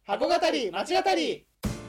箱語り町語り。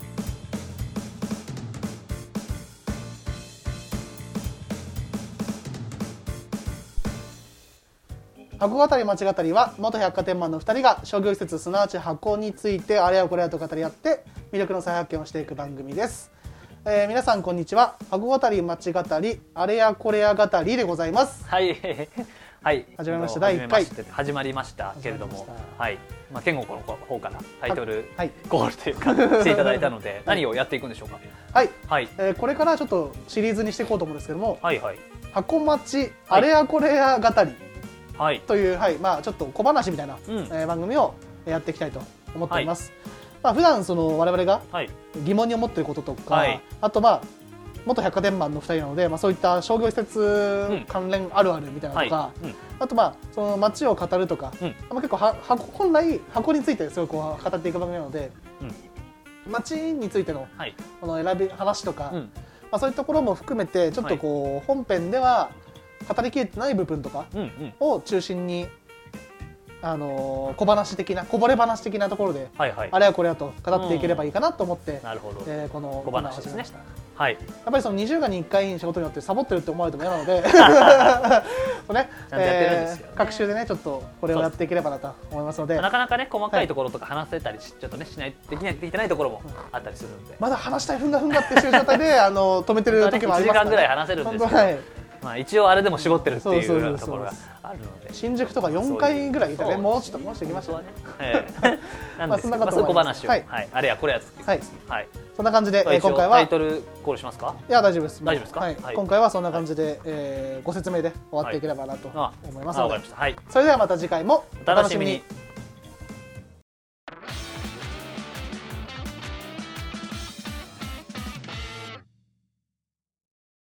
箱語り町語りは元百貨店マンの2人が商業施設すなわち箱についてあれやこれやと語り合って魅力の再発見をしていく番組です。皆さんこんにちは。箱語り町語りあれやこれや語りでございます。 はいはい、 始めました第1回始まりましたけれども、はい、健吾の方からタイトルはいコールというかしていただいたので何をやっていくんでしょうか。 はい、 はい、 これからちょっとシリーズにしていこうと思うんですけども、 はいはい箱町あれやこれや語りはいという、はい、まあちょっと小話みたいな、番組をやっていきたいと思っております。まあ普段その我々が疑問に思っていることとか、 はい、 あとまあ元百貨店マンの2人なので、まあ、そういった商業施設関連あるあるみたいなとか、あとまあその街を語るとか、まあ、結構本来箱についてすごいこう語っていく番組なので、街についてのこの選び話とか、まあ、そういうところも含めてちょっとこう本編では語りきれてない部分とかを中心に小話的なこぼれ話的なところで、あれやこれやと語っていければいいかなと思って、この小話ですね。はい、 やっぱりその20がに1回仕事によってサボってるって思われても嫌なので各週でねちょっとこれをやっていければなと思いますので、 なかなかね細かいところとか話せたりちょっとねしないできてないところもあったりするので、 まだ話したいふんがってしてる状態で止めてる時もありますから、 1時間ぐらい話せるんですけど、まあ一応あれでも絞ってるっていうようなところがあるので、 新宿とか4回ぐらいいたね。もうちょっと行きましたね。 なんですけど、そういう小話をあれやこれやつってそんな感じで今回はタイトルコールしますか。 いや大丈夫です。 大丈夫ですか。 今回はそんな感じでご説明で終わっていければなと思いますので、 わかりました。はい、 それではまた次回もお楽しみに。